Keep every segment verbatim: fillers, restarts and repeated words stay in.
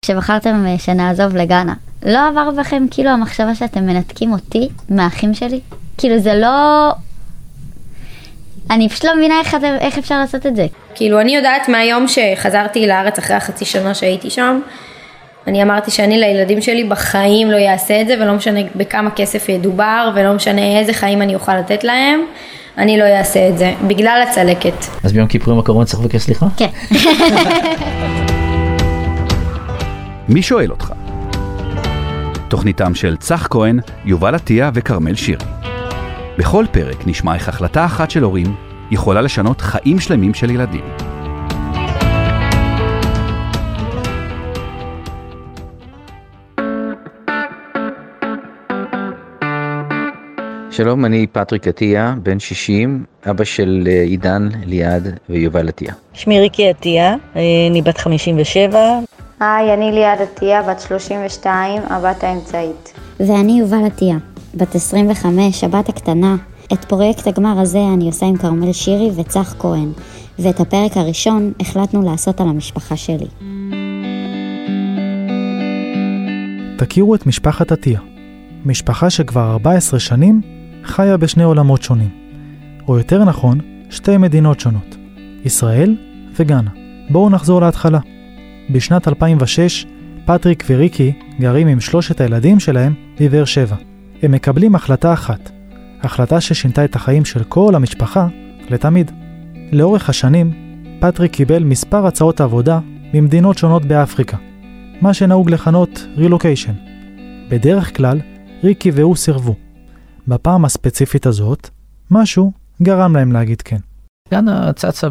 שבחרתם שנעזוב לגאנה. לא עבר בכם כאילו המחשבה שאתם מנתקים אותי מהאחים שלי? כאילו זה לא... אני פשוט לא מבינה איך, איך אפשר לעשות את זה. כאילו אני יודעת מהיום שחזרתי לארץ אחרי החצי שנה שהייתי שם, אני אמרתי שאני לילדים שלי בחיים לא יעשה את זה, ולא משנה בכמה כסף ידובר, ולא משנה איזה חיים אני אוכל לתת להם, אני לא אעשה את זה, בגלל הצלקת. אז ביום כיפורים הקרוב צריך לבקש סליחה? כן. מי שואל אותך? תוכניתם של צח כהן, יובל עטיה וקרמל שירי. בכל פרק נשמע איך החלטה אחת של הורים יכולה לשנות חיים שלמים של ילדים. שלום, אני פטריק עטיה, בן שישים, אבא של עידן, ליעד ויובל עטיה. שמי ריקי עטיה, אני בת חמישים ושבע. היי, אני ליעד עטיה, בת שלושים ושתיים, הבת האמצעית. ואני יובל עטיה, בת עשרים וחמש, הבת הקטנה. את פרויקט הגמר הזה אני עושה עם קרמל שירי וצח כהן, ואת הפרק הראשון החלטנו לעשות על המשפחה שלי. תכירו את משפחת עטיה, משפחה שכבר ארבע עשרה שנים חיה בשני עולמות שונים, או יותר נכון, שתי מדינות שונות, ישראל וגאנה. בואו נחזור להתחלה. בשנת אלפיים ושש, פטריק וריקי גרים עם שלושת הילדים שלהם בבאר שבע. הם מקבלים החלטה אחת, החלטה ששינתה את החיים של כל המשפחה לתמיד. לאורך השנים, פטריק קיבל מספר הצעות עבודה ממדינות שונות באפריקה, מה שנהוג לכנות רילוקיישן. בדרך כלל, ריקי והוא סירבו. בפעם הספציפית הזאת, משהו גרם להם להגיד כן. גאנה צצה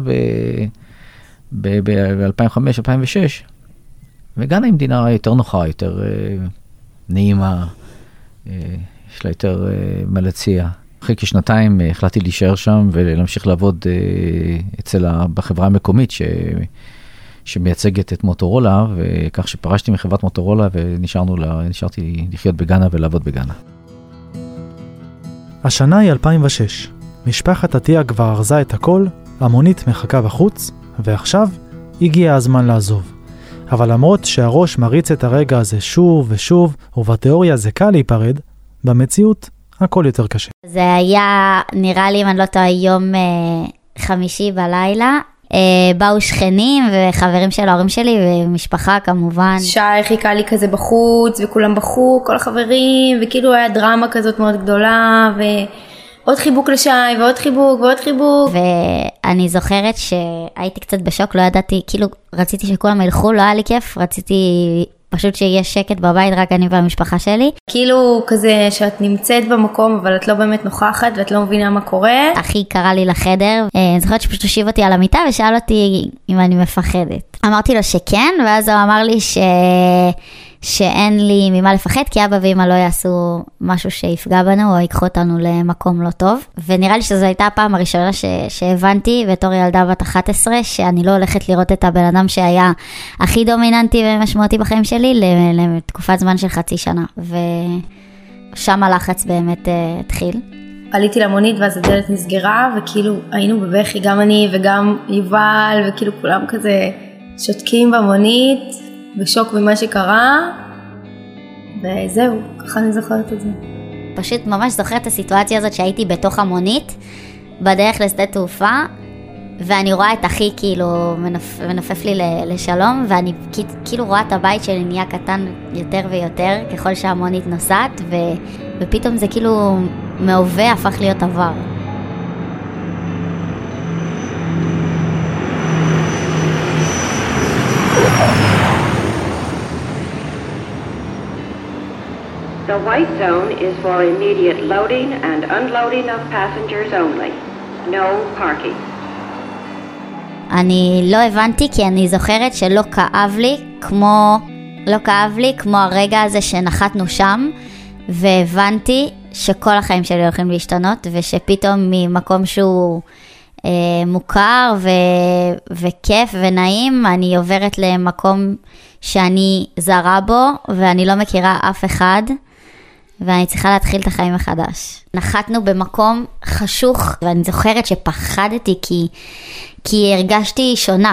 ב-אלפיים וחמש אלפיים ושש, וגאנה היא מדינה יותר נוחה, יותר נעימה, יש לה יותר מלציע. אחרי כשנתיים החלטתי להישאר שם ולהמשיך לעבוד אצל בחברה המקומית ש... שמייצגת את מוטורולה, וכך שפרשתי מחברת מוטורולה ונשארנו לה... נשארתי לחיות בגאנה ולעבוד בגאנה. השנה היא אלפיים ושש. משפחת עטיה כבר ארזה את הכל, המונית מחכה בחוץ, ועכשיו הגיע הזמן לעזוב. אבל למרות שהראש מריץ את הרגע הזה שוב ושוב, ובתיאוריה זה קל להיפרד, במציאות הכל יותר קשה. זה היה, נראה לי אם אני לא טועה, יום אה, חמישי בלילה. אה, באו שכנים וחברים של ההורים שלי ומשפחה כמובן. שי חיכה לי כזה בחוץ וכולם בחו, כל החברים, וכאילו היה דרמה כזאת מאוד גדולה, ועוד חיבוק לשי ועוד חיבוק ועוד חיבוק. ואני זוכרת שהייתי קצת בשוק, לא ידעתי, כאילו רציתי שכולם ילכו, לא היה לי כיף, רציתי פשוט שיהיה שקט בבית, רק אני והמשפחה שלי. כאילו כזה שאת נמצאת במקום, אבל את לא באמת נוכחת, ואת לא מבינה מה קורה. אחי קרא לי לחדר, אני זוכרת שפשוט הושיב אותי על המיטה, ושאל אותי אם אני מפחדת. אמרתי לו שכן, ואז הוא אמר לי ש... שאין לי ממה לפחד, כי אבא ואמא לא יעשו משהו שיפגע בנו, או ייקחו אותנו למקום לא טוב. ונראה לי שזו הייתה הפעם הראשונה ש... שהבנתי, בתור ילדה בת אחת עשרה, שאני לא הולכת לראות את הבן אדם שהיה הכי דומיננטי ומשמעותי בחיים שלי, לתקופת זמן של חצי שנה. ושם הלחץ באמת uh, התחיל. עליתי למונית ואז הדלת נסגרה, וכאילו היינו בבכי, גם אני וגם יובל, וכאילו כולם כזה שותקים במונית, בשוק במה שקרה, וזהו, ככה אני זוכרת את זה. פשוט ממש זוכרת את הסיטואציה הזאת שהייתי בתוך המונית, בדרך לשדה תעופה, ואני רואה את אחי כאילו מנופ, מנופף לי לשלום, ואני כאילו רואה את הבית שלי נהיה קטן יותר ויותר, ככל שהמונית נוסעת, ו, ופתאום זה כאילו מהווה הפך להיות עבר. The white zone is for immediate loading and unloading of passengers only. No parking. אני לא הבנתי כי אני זוכרת שלא כאב לי כמו, לא כאב לי כמו הרגע הזה שנחתנו שם, והבנתי שכל החיים שלי הולכים להשתנות, ושפתאום ממקום שהוא אה, מוכר ו, וכיף ונעים, אני עוברת למקום שאני זרה בו, ואני לא מכירה אף אחד, ואני צריכה להתחיל את החיים מחדש. נחתנו במקום חשוך, ואני זוכרת שפחדתי כי, כי הרגשתי שונה.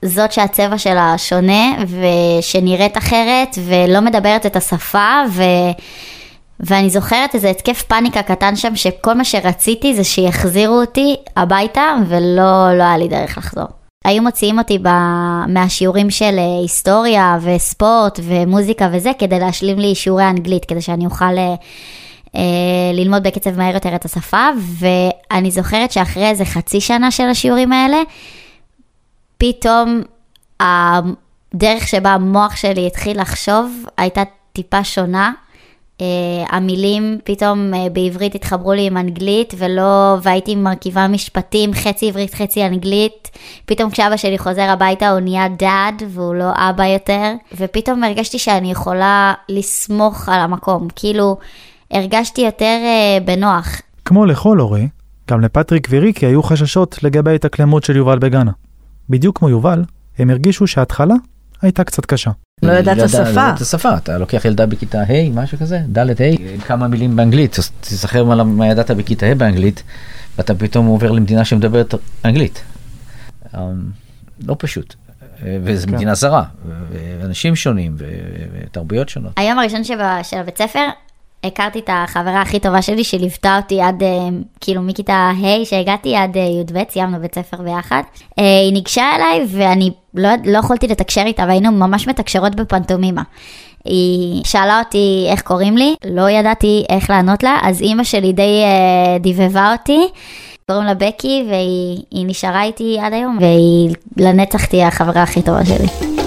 זאת שהצבע שלה שונה, ושנראית אחרת, ולא מדברת את השפה, ו... ואני זוכרת איזה התקף פאניקה קטן שם, שכל מה שרציתי זה שיחזירו אותי הביתה, ולא לא היה לי דרך לחזור. היו מוציאים אותי ב... מהשיעורים של היסטוריה וספורט ומוזיקה וזה, כדי להשלים לי שיעורי אנגלית, כדי שאני אוכל אה, ללמוד בקצב מהר יותר את השפה, ואני זוכרת שאחרי איזה חצי שנה של השיעורים האלה, פתאום הדרך שבה המוח שלי התחיל לחשוב, הייתה טיפה שונה, Uh, המילים פתאום uh, בעברית התחברו לי עם אנגלית, ולא, והייתי מרכיבה משפטים, חצי עברית, חצי אנגלית. פתאום כשאבא שלי חוזר הביתה, הוא נהיה דאד, והוא לא אבא יותר. ופתאום הרגשתי שאני יכולה לסמוך על המקום. כאילו, הרגשתי יותר uh, בנוח. כמו לכל הורה, גם לפטריק וריקי היו חששות לגבי התאקלמות של יובל בגאנה. בדיוק כמו יובל, הם הרגישו שההתחלה הייתה קצת קשה. לא ידעת את השפה. לא ידעת את השפה, אתה לוקח ילדה בכיתה ה', משהו כזה, ד' ה', כמה מילים באנגלית, תזכר מה ידעת בכיתה ה' באנגלית, ואתה פתאום עובר למדינה שמדברת אנגלית. לא פשוט. וזו מדינה זרה, ואנשים שונים, ותרבויות שונות. היום הראשון של הבית ספר, הכרתי את החברה הכי טובה שלי, שליוותה אותי עד, כאילו מכיתה ה' שהגעתי עד י' ב', סיימנו בית ספר ביחד. היא ניגשה אליי, ואני לא, לא יכולתי לתקשר איתה, והיינו ממש מתקשרות בפנטומימה. היא שאלה אותי איך קוראים לי, לא ידעתי איך לענות לה, אז אמא שלי די דיבבה אותי, קוראים לה בקי, והיא נשארה איתי עד היום, והיא לנצח תהיה החברה הכי טובה שלי.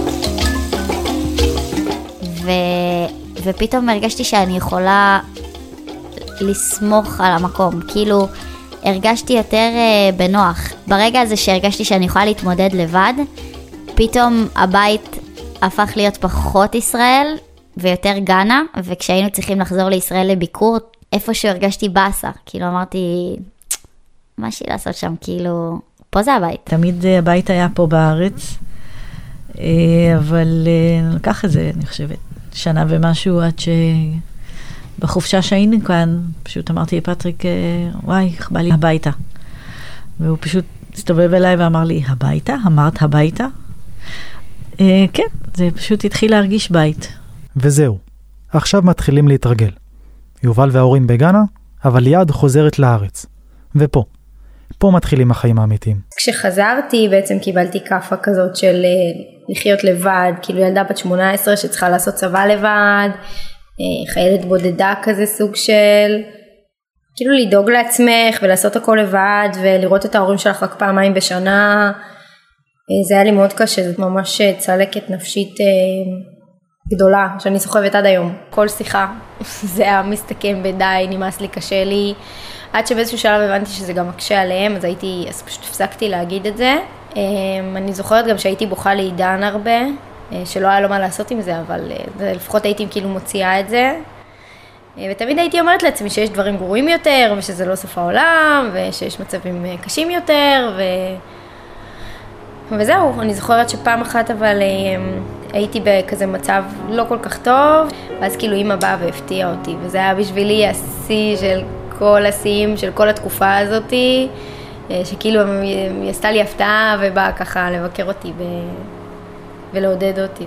ו... ופתאום הרגשתי שאני יכולה לסמוך על המקום, כאילו הרגשתי יותר uh, בנוח. ברגע הזה שהרגשתי שאני יכולה להתמודד לבד, פתאום הבית הפך להיות פחות ישראל ויותר גאנה, וכשהיינו צריכים לחזור לישראל לביקור, איפשהו הרגשתי בסה, כאילו אמרתי, מה שהיא לעשות שם, כאילו, פה זה הבית. תמיד הבית היה פה בארץ, אבל לקח את זה, אני חושבת. שנה ומשהו עד שבחופשה שהיינו כאן, פשוט אמרתי לפטריק, וואי, בא לי הביתה. והוא פשוט הסתובב אליי ואמר לי, הביתה? אמרת הביתה? אה, כן, זה פשוט התחיל להרגיש בית. וזהו, עכשיו מתחילים להתרגל. יובל וההורים בגאנה, אבל ליעד חוזרת לארץ. ופה, פה מתחילים החיים האמיתיים. כשחזרתי בעצם קיבלתי קפה כזאת של לחיות לבד, כאילו ילדה בת שמונה עשרה שצריכה לעשות צבא לבד, חיילת בודדה כזה סוג של, כאילו לדאוג לעצמך ולעשות הכל לבד ולראות את ההורים שלך רק פעמיים בשנה. זה היה לי מאוד קשה, זאת ממש צלקת נפשית גדולה שאני סוחבת עד היום. כל שיחה זה היה מסתכם בדי, נמאס לי, קשה לי, עד שבאיזשהו שלב הבנתי שזה גם מקשה עליהם, אז הייתי, אז פשוט הפסקתי להגיד את זה. אני זוכרת גם שהייתי בוכה לעידן הרבה, שלא היה לו מה לעשות עם זה, אבל לפחות הייתי כאילו מוציאה את זה. ותמיד הייתי אומרת לעצמי שיש דברים גרועים יותר, ושזה לא סוף העולם, ושיש מצבים קשים יותר, ו... וזהו, אני זוכרת שפעם אחת אבל הייתי בכזה מצב לא כל כך טוב, ואז כאילו אמא באה והפתיעה אותי, וזה היה בשבילי השיא של כל השיאים של כל התקופה הזאת, שכאילו היא עשתה לי הפתעה ובאה ככה לבקר אותי ו... ולעודד אותי.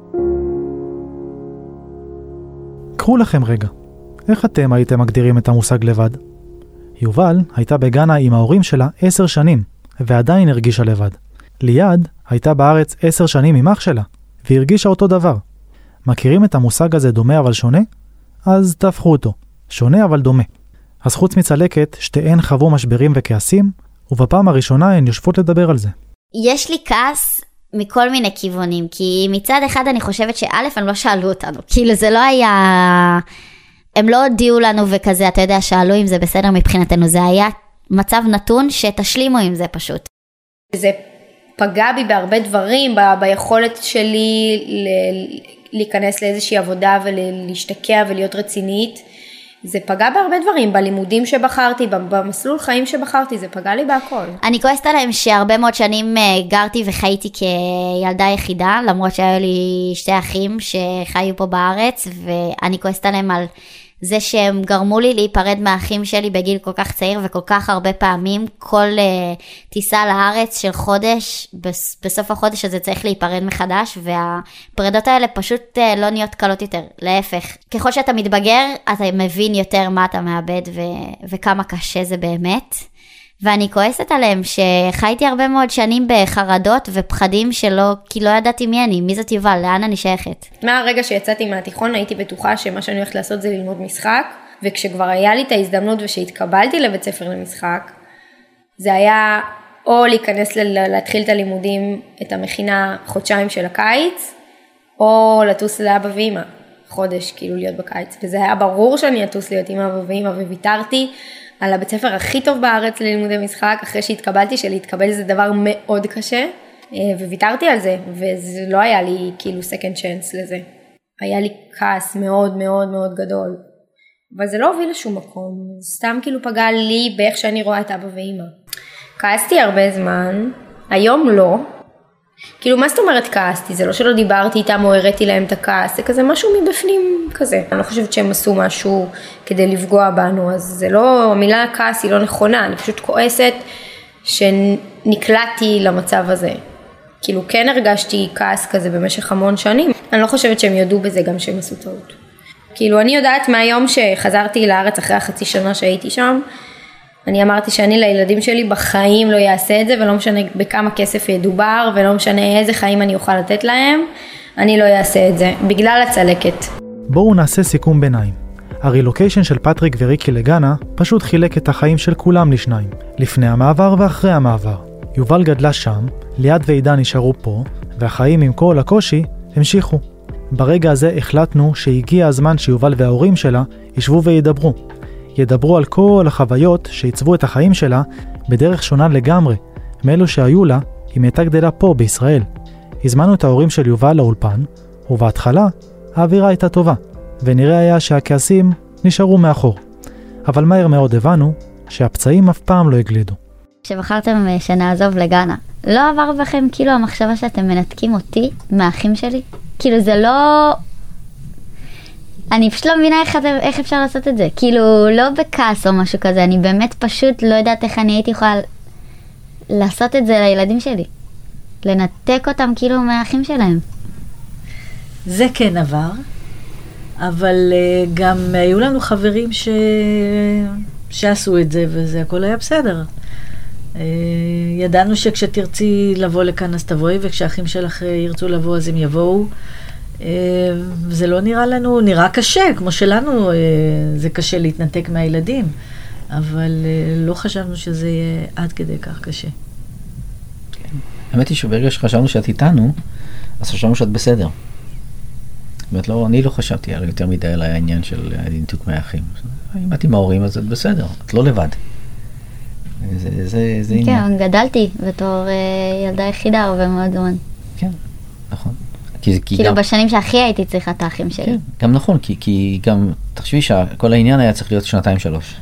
קחו לכם רגע, איך אתם הייתם מגדירים את המושג לבד? יובל הייתה בגאנה עם ההורים שלה עשר שנים, ועדיין הרגישה לבד. ליעד הייתה בארץ עשר שנים עם אח שלה, והרגישה אותו דבר. מכירים את המושג הזה דומה אבל שונה? אז תהפכו אותו, שונה אבל דומה. אז חוץ מצלקת, שתיהן חוו משברים וכעסים, ובפעם הראשונה הן יושבות לדבר על זה. יש לי כעס מכל מיני כיוונים, כי מצד אחד אני חושבת שא' הם לא שאלו אותנו, כאילו זה לא היה, הם לא הודיעו לנו וכזה, אתה יודע, שאלו אם זה בסדר מבחינתנו, זה היה מצב נתון שתשלימו עם זה פשוט. זה פגע בי בהרבה דברים, ב- ביכולת שלי ל- להיכנס לאיזושהי עבודה ולהשתקע ולהיות רצינית, זה פגע בהרבה דברים, בלימודים שבחרתי, במסלול חיים שבחרתי, זה פגע לי בהכל. אני כועסת עליהם שהרבה מאוד שנים גרתי וחייתי כילדה יחידה, למרות שהיו לי שתי אחים שחיו פה בארץ, ואני כועסת עליהם על זה שהם גרמו לי להיפרד מהאחים שלי בגיל כל כך צעיר וכל כך הרבה פעמים, כל uh, טיסה לארץ של חודש, בס, בסוף החודש הזה צריך להיפרד מחדש, והפרדות האלה פשוט uh, לא נהיות קלות יותר, להפך. ככל שאתה מתבגר, אתה מבין יותר מה אתה מאבד ו- וכמה קשה זה באמת. ואני כועסת עליהם שחייתי הרבה מאוד שנים בחרדות ופחדים שלא, כי לא ידעתי מי אני, מי זאת יובל, לאן אני שייכת. מהרגע שיצאתי מהתיכון הייתי בטוחה שמה שאני הולכת לעשות זה ללמוד משחק, וכשכבר היה לי את ההזדמנות ושהתקבלתי לבית ספר למשחק, זה היה או להיכנס ל- להתחיל את הלימודים, את המכינה חודשיים של הקיץ, או לטוס לאבא ואמא, חודש כאילו להיות בקיץ, וזה היה ברור שאני אטוס להיות עם אבא ואמא, וויתרתי על הבית ספר הכי טוב בארץ ללימודי משחק, אחרי שהתקבלתי, שלהתקבל זה דבר מאוד קשה, וויתרתי על זה, וזה לא היה לי כאילו second chance לזה. היה לי כעס מאוד מאוד מאוד גדול, אבל זה לא הוביל לשום מקום, סתם כאילו פגע לי באיך שאני רואה את אבא ואמא. כעסתי הרבה זמן, היום לא, כאילו מה זאת אומרת כעסתי, זה לא שלא דיברתי איתם או הראיתי להם את הכעס, זה כזה משהו מבפנים כזה. אני לא חושבת שהם עשו משהו כדי לפגוע בנו, אז זה לא, המילה כעס היא לא נכונה, אני פשוט כועסת שנקלעתי למצב הזה. כאילו כן הרגשתי כעס כזה במשך המון שנים, אני לא חושבת שהם יודעו בזה גם שהם עשו טעות. כאילו אני יודעת מהיום שחזרתי לארץ אחרי החצי שנה שהייתי שם, אני אמרתי שאני לילדים שלי בחיים לא יעשה את זה, ולא משנה בכמה כסף ידובר, ולא משנה איזה חיים אני אוכל לתת להם, אני לא יעשה את זה, בגלל הצלקת. בואו נעשה סיכום ביניים. הרילוקיישן של פטריק וריקי לגאנה פשוט חילק את החיים של כולם לשניים, לפני המעבר ואחרי המעבר. יובל גדלה שם, ליעד ועידן נשארו פה, והחיים עם כל הקושי המשיכו. ברגע הזה החלטנו שהגיע הזמן שיובל וההורים שלה ישבו וידברו. ידברו על כל החוויות שעיצבו את החיים שלה בדרך שונה לגמרי, מאלו שהיו לה אם הייתה גדלה פה בישראל. הזמנו את ההורים של יובל לאולפן, ובהתחלה האווירה הייתה טובה, ונראה היה שהכעסים נשארו מאחור. אבל מהר מאוד הבנו שהפצעים אף פעם לא הגלידו. כשבחרתם שנעזוב לגאנה, לא עבר בכם כאילו המחשבה שאתם מנתקים אותי מהאחים שלי? כאילו זה לא... אני פשוט לא מבינה איך, איך אפשר לעשות את זה. כאילו, לא בכעס או משהו כזה, אני באמת פשוט לא יודעת איך אני הייתי יכולה לעשות את זה לילדים שלי. לנתק אותם כאילו מהאחים שלהם. זה כן עבר, אבל uh, גם היו לנו חברים ש... שעשו את זה, וזה הכל היה בסדר. Uh, ידענו שכשתרצי לבוא לכאן אז תבואי, וכשהאחים שלך ירצו לבוא אז הם יבואו. זה לא נראה לנו, נראה קשה, כמו שלנו זה קשה להתנתק מהילדים, אבל לא חשבנו שזה יהיה עד כדי כך קשה. האמת היא שברגע שחשבנו שאת איתנו, אז חשבנו שאת בסדר. זאת אומרת, לא, אני לא חשבתי על יותר מדי על העניין של ניתוק מהאחים. אם את עם ההורים, אז את בסדר, את לא לבד. זה, זה, זה עניין. כן, גדלתי בתור ילדה יחידה הרבה מאוד זמן. כן, נכון. כי, כי כאילו גם, בשנים שהכי הייתי צריכה את האחים שלי. כן, גם נכון, כי, כי גם, תחשבי שכל העניין היה צריך להיות שנתיים שלוש.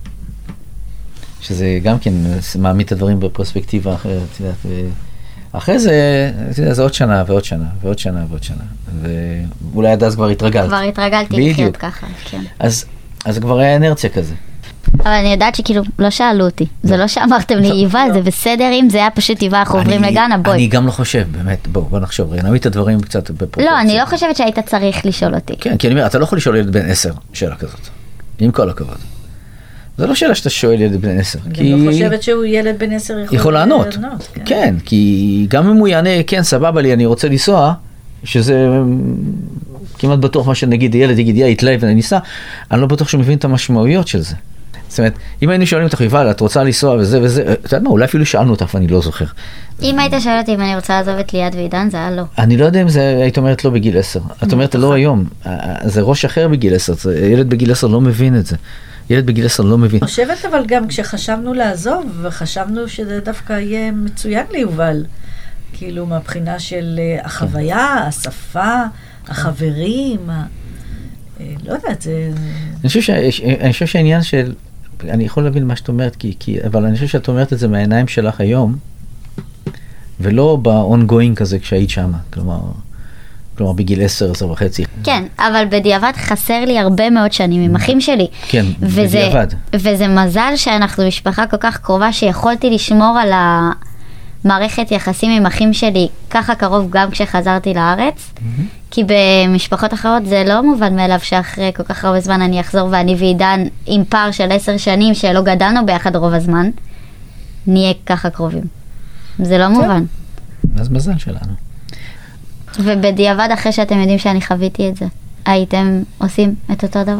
שזה גם כן מעמיד את הדברים בפרספקטיבה אחרת, את יודעת, אחרי זה, זה עוד שנה ועוד שנה ועוד שנה ועוד שנה, ואולי עד אז כבר התרגלת. כבר התרגלתי לחיות ככה, כן. אז, אז כבר היה אנרציה כזה. אבל אני יודעת שכאילו לא שאלו אותי, זה לא שאמרתם לי, יובל, זה בסדר אם זה היה פשוט יובל, אנחנו עוברים לגאנה, בואי. אני גם לא חושב, באמת, בואו, בוא נחשוב, נעמיד את הדברים קצת בפרופורציה. לא, אני לא חושבת שהיית צריך לשאול אותי. כן, כי אני אומר, אתה לא יכול לשאול ילד בן עשר, שאלה כזאת, עם כל הכבוד. זה לא שאלה שאתה שואל ילד בן עשר. אני לא חושבת שהוא ילד בן עשר יכול לענות. כן, כי גם אם הוא יענה, כן, סבבה לי, אני רוצה לנסוע, שזה כמעט בטוח מה שנגיד, ילד יגיד, יא, יתלהב ואני ניסע, אני לא בטוח שהוא מבין את המשמעויות של זה. זאת אומרת, אם היינו שואלים אותך, יובל, את רוצה לנסוע וזה וזה, אתה יודע מה, אולי אפילו שאלנו אותך ואני לא זוכר. אם היית שואל אותי אם אני רוצה לעזוב את ליעד ועידן, זה היה לא. אני לא יודע אם זה, היית אומרת לא בגיל עשר. את אומרת לא היום. זה ראש אחר בגיל עשר. ילד בגיל עשר לא מבין את זה. ילד בגיל עשר לא מבין. אני חושבת אבל גם כשחשבנו לעזוב, וחשבנו שזה דווקא יהיה מצוין ליובל. כאילו מהבחינה של החוויה, השפה, החברים, לא יודעת, זה... אני חושב שהעניין של... אני יכול להבין מה שאת אומרת, כי, כי, אבל אני חושב שאת אומרת את זה מהעיניים שלך היום, ולא ב-ongoing כזה כשהיית שמה. כלומר, כלומר בגיל עשר, עשר וחצי. כן, אבל בדיעבד חסר לי הרבה מאוד שנים עם אחים שלי. כן, וזה, בדיעבד. וזה מזל שאנחנו משפחה כל כך קרובה, שיכולתי לשמור על המערכת יחסים עם אחים שלי ככה קרוב גם כשחזרתי לארץ, mm-hmm. כי במשפחות אחרות זה לא מובן מאליו שאחרי כל כך הרבה זמן אני אחזור ואני ועידן עם פער של עשר שנים שלא גדלנו ביחד רוב הזמן, נהיה ככה קרובים. זה לא מובן. אז מזל שלנו. ובדיעבד אחרי שאתם יודעים שאני חוויתי את זה, הייתם עושים את אותו דבר?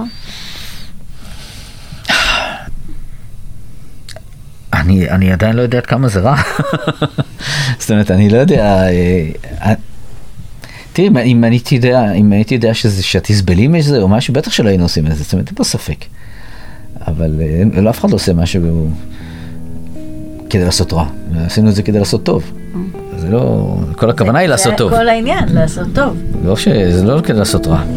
אני, אני עדיין לא יודע עד כמה זה רע. זאת אומרת, אני לא יודע... תראי, אם אני יודע, אם הייתי יודע שזה, שהתסבלים יש זה או משהו, בטח שלא היינו עושים את זה, זאת אומרת, אין פה ספק. אבל לא אף אחד לא עושה משהו כדי לעשות רע. עשינו את זה כדי לעשות טוב. זה לא... כל הכוונה היא לעשות טוב. זה כל העניין, לעשות טוב. לא ש... זה לא כדי לעשות רע.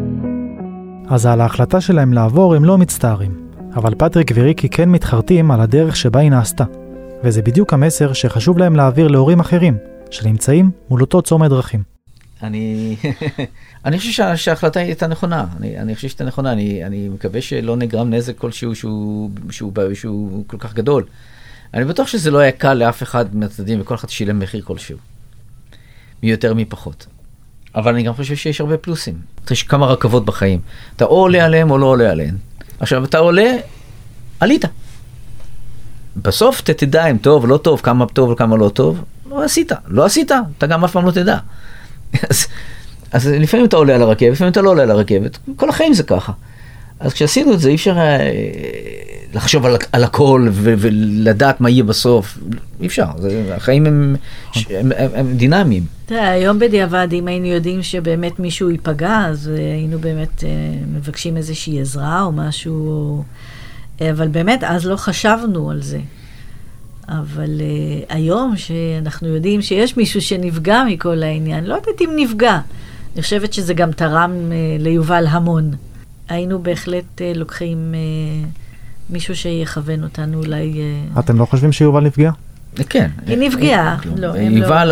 אז על ההחלטה שלהם לעבור הם לא מצטערים. אבל פטריק וריקי כן מתחרטים על הדרך שבה היא נעשתה. וזה בדיוק המסר שחשוב להם להעביר להורים אחרים, שנמצאים מול אותו צומת דרכים. אני... אני חושב שה... שההחלטה הייתה נכונה. אני, אני חושב שהייתה נכונה. אני, אני מקווה שלא נגרם נזק כלשהו שהוא, שהוא, שהוא, שהוא כל כך גדול. אני בטוח שזה לא היה קל לאף אחד מהצדדים, וכל אחד שילם מחיר כלשהו. מי יותר מי פחות. אבל אני גם חושב שיש הרבה פלוסים. יש כמה רכבות בחיים. אתה או עולה עליהם או לא עולה עליהם. עכשיו, אתה עולה, עלית. בסוף אתה תדע אם טוב, לא טוב, כמה טוב וכמה לא טוב. לא עשית. לא עשית, אתה גם אף פעם לא תדע. אז, אז לפעמים אתה עולה על הרכבת, לפעמים אתה לא עולה על הרכבת. כל החיים זה ככה. אז כשעשינו את זה, אי אפשר לחשוב על, על הכל ו, ולדעת מה יהיה בסוף. אי אפשר. זה, החיים הם, הם, הם, הם דינמיים. תראה, היום בדיעבד, אם היינו יודעים שבאמת מישהו ייפגע, אז היינו באמת מבקשים איזושהי עזרה או משהו, אבל באמת, אז לא חשבנו על זה. אבל היום שאנחנו יודעים שיש מישהו שנפגע מכל העניין, לא יודעת אם נפגע. אני חושבת שזה גם תרם ליובל המון. היינו בהחלט לוקחים מישהו שיכוון אותנו אולי... אתם לא חושבים שיובל נפגע? כן. היא נפגעה. יובל,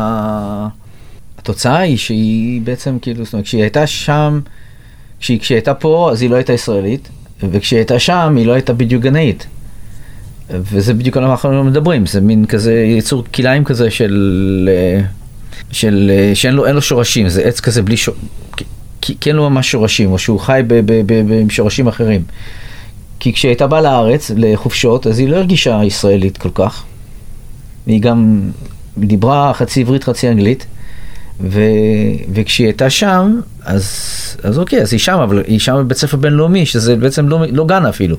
התוצאה היא שהיא בעצם כאילו, זאת אומרת, כשהיא הייתה שם, כשהיא הייתה פה, אז היא לא הייתה ישראלית, וכשהיא הייתה שם, היא לא הייתה בדיוק גנאית. וזה בדיוק על מה אנחנו מדברים, זה מין כזה יצור כליים כזה של... של... שאין לו, אין לו שורשים, זה עץ כזה בלי שור... כי אין לו ממש שורשים, או שהוא חי עם שורשים אחרים. כי כשהיא הייתה באה לארץ, לחופשות, אז היא לא הרגישה ישראלית כל כך. היא גם דיברה חצי עברית, חצי אנגלית, ו... וכשהיא הייתה שם, אז... אז אוקיי, אז היא שם, אבל היא שם בבית ספר בינלאומי, שזה בעצם לא, לא גן אפילו.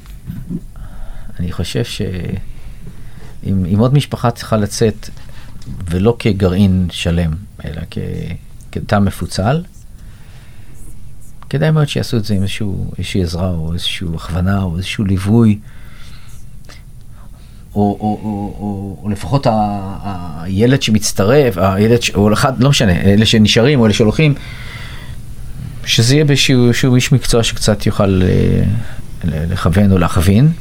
אני חושב שאם אם עוד משפחה צריכה לצאת, ולא כגרעין שלם, אלא כ... כתא מפוצל, כדאי מאוד שיעשו את זה עם איזשהו, איזושהי עזרה, או איזושהי הכוונה, או איזשהו ליווי, או, או, או, או, או לפחות ה, ה, הילד שמצטרף, הילד, ש, או אחד, לא משנה, אלה שנשארים או אלה שהולכים, שזה יהיה באיזשהו איש מקצוע שקצת יוכל לכוון או להכווין.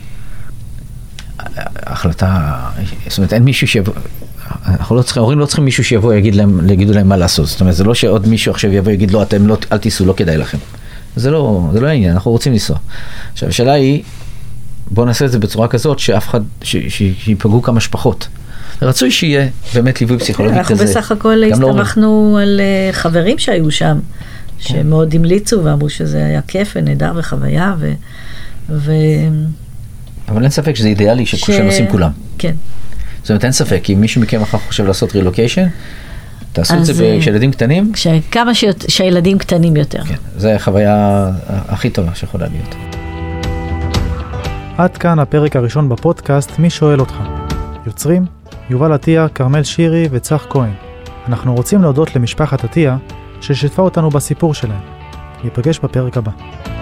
ההחלטה, זאת אומרת, אין מישהו שיבוא, אנחנו לא צריכים, ההורים לא צריכים מישהו שיבוא ויגיד להם, יגידו להם מה לעשות. זאת אומרת, זה לא שעוד מישהו עכשיו יבוא ויגיד לו, אתם לא, אל תיסעו, לא כדאי לכם. זה לא, זה לא העניין, אנחנו רוצים לנסוע. עכשיו, השאלה היא, בואו נעשה את זה בצורה כזאת, שאף אחד, שיפגעו כמה שפחות. רצוי שיהיה באמת ליווי פסיכולוגי כזה. אנחנו בסך הכל הסתמכנו על חברים שהיו שם, שמאוד המליצו ואמרו שזה היה כיף ונהדר וחוויה, ו... אבל אין ספק שזה אידיאלי שכושם עושים כולם. כן. זאת אומרת, אין ספק, אם מישהו מכם אחר חושב לעשות רילוקיישן, תעשו את זה כשילדים קטנים. כמה שהילדים קטנים יותר. כן, זו החוויה הכי טובה שיכולה להיות. עד כאן הפרק הראשון בפודקאסט מי שואל אותך. יוצרים, יובל עטיה, כרמל שירי וצח כהן. אנחנו רוצים להודות למשפחת עטיה ששיתפה אותנו בסיפור שלהם. ניפגש בפרק הבא.